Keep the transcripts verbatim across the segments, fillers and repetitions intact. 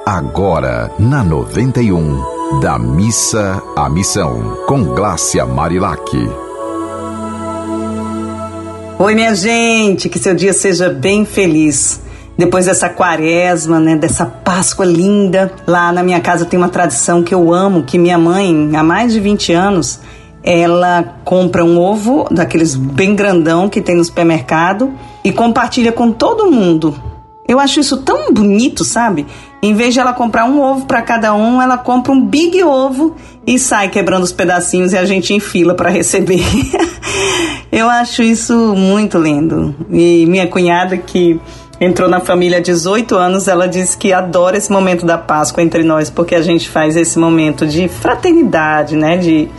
Agora, na noventa e um, da Missa à Missão, com Glácia Marilac. Oi, minha gente, que seu dia seja bem feliz. Depois dessa quaresma, né, dessa Páscoa linda, lá na minha casa tem uma tradição que eu amo, que minha mãe, há mais de vinte anos, ela compra um ovo, daqueles bem grandão que tem no supermercado, e compartilha com todo mundo. Eu acho isso tão bonito, sabe? Em vez de ela comprar um ovo para cada um, ela compra um big ovo e sai quebrando os pedacinhos e a gente enfila para receber. Eu acho isso muito lindo. E minha cunhada, que entrou na família há dezoito anos, ela disse que adora esse momento da Páscoa entre nós, porque a gente faz esse momento de fraternidade, né? De,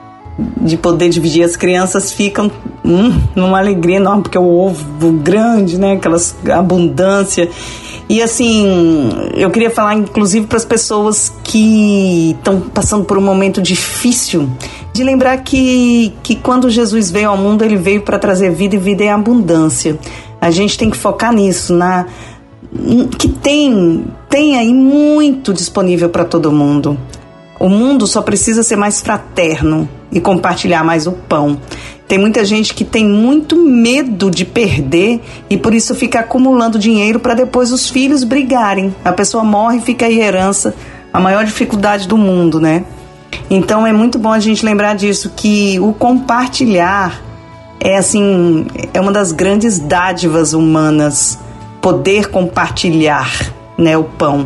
de poder dividir. As crianças ficam hum, numa alegria enorme, porque o ovo grande, né? Aquelas abundância. E assim, eu queria falar inclusive para as pessoas que estão passando por um momento difícil, de lembrar que, que quando Jesus veio ao mundo, ele veio para trazer vida e vida em abundância. A gente tem que focar nisso, na, que tem, tem aí muito disponível para todo mundo. O mundo só precisa ser mais fraterno e compartilhar mais o pão. Tem muita gente que tem muito medo de perder e por isso fica acumulando dinheiro para depois os filhos brigarem. A pessoa morre e fica aí herança, a maior dificuldade do mundo, né? Então é muito bom a gente lembrar disso, que o compartilhar é assim, é uma das grandes dádivas humanas, poder compartilhar, né, o pão.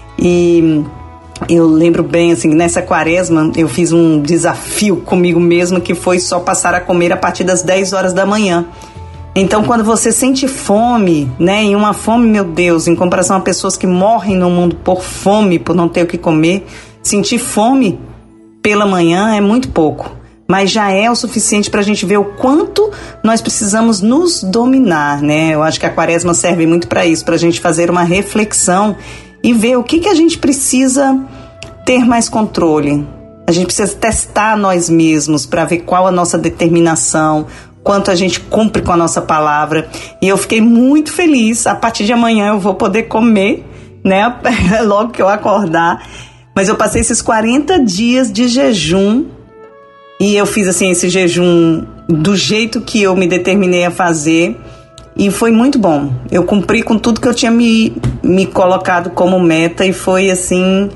E eu lembro bem, assim, nessa quaresma eu fiz um desafio comigo mesma, que foi só passar a comer a partir das dez horas da manhã. Então, quando você sente fome, né, e uma fome, meu Deus, em comparação a pessoas que morrem no mundo por fome, por não ter o que comer, sentir fome pela manhã é muito pouco, mas já é o suficiente para a gente ver o quanto nós precisamos nos dominar, né? Eu acho que a quaresma serve muito para isso, para a gente fazer uma reflexão e ver o que, que a gente precisa ter mais controle. A gente precisa testar nós mesmos para ver qual a nossa determinação, quanto a gente cumpre com a nossa palavra. E eu fiquei muito feliz. A partir de amanhã eu vou poder comer, né? Logo que eu acordar. Mas eu passei esses quarenta dias de jejum e eu fiz assim esse jejum do jeito que eu me determinei a fazer. E foi muito bom. Eu cumpri com tudo que eu tinha me, me colocado como meta e foi, assim,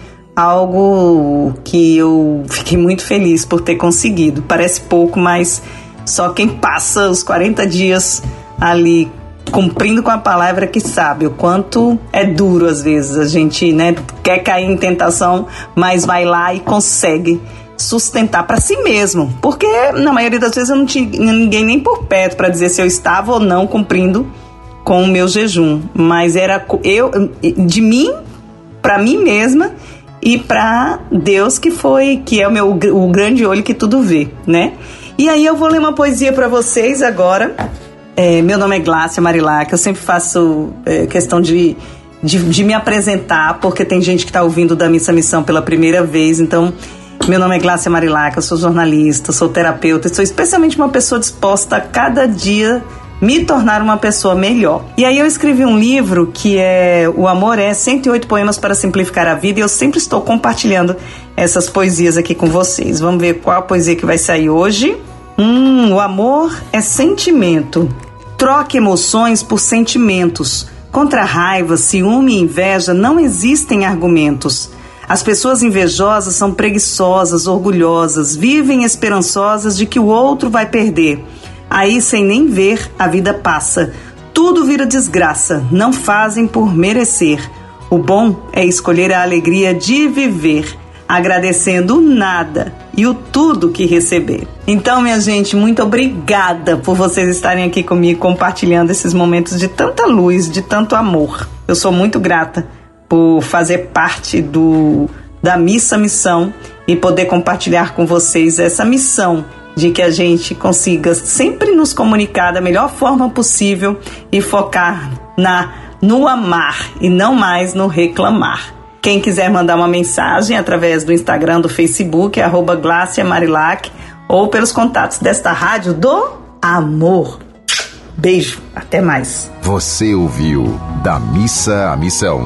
algo que eu fiquei muito feliz por ter conseguido. Parece pouco, mas só quem passa os quarenta dias ali cumprindo com a palavra que sabe o quanto é duro às vezes. A gente, né, quer cair em tentação, mas vai lá e consegue sustentar para si mesmo, porque na maioria das vezes eu não tinha ninguém nem por perto para dizer se eu estava ou não cumprindo com o meu jejum, mas era eu de mim para mim mesma e para Deus, que foi que é o meu o grande olho que tudo vê, né? E aí eu vou ler uma poesia para vocês agora. É, meu nome é Glácia Marilac, eu sempre faço é, questão de, de de me apresentar, porque tem gente que está ouvindo da Missa à Missão pela primeira vez, então meu nome é Glácia Marilac, eu sou jornalista, sou terapeuta e sou especialmente uma pessoa disposta a cada dia me tornar uma pessoa melhor. E aí eu escrevi um livro que é O Amor é cento e oito Poemas para Simplificar a Vida, e eu sempre estou compartilhando essas poesias aqui com vocês. Vamos ver qual a poesia que vai sair hoje. Hum, o amor é sentimento. Troque emoções por sentimentos. Contra raiva, ciúme e inveja não existem argumentos. As pessoas invejosas são preguiçosas, orgulhosas, vivem esperançosas de que o outro vai perder. Aí, sem nem ver, a vida passa. Tudo vira desgraça, não fazem por merecer. O bom é escolher a alegria de viver, agradecendo o nada e o tudo que receber. Então, minha gente, muito obrigada por vocês estarem aqui comigo, compartilhando esses momentos de tanta luz, de tanto amor. Eu sou muito grata por fazer parte do, da Missa Missão e poder compartilhar com vocês essa missão de que a gente consiga sempre nos comunicar da melhor forma possível e focar na, no amar e não mais no reclamar. Quem quiser mandar uma mensagem através do Instagram, do Facebook, é arroba Glácia Marilac, ou pelos contatos desta rádio do amor. Beijo, até mais. Você ouviu Da Missa à Missão,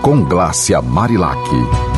com Glácia Marilac.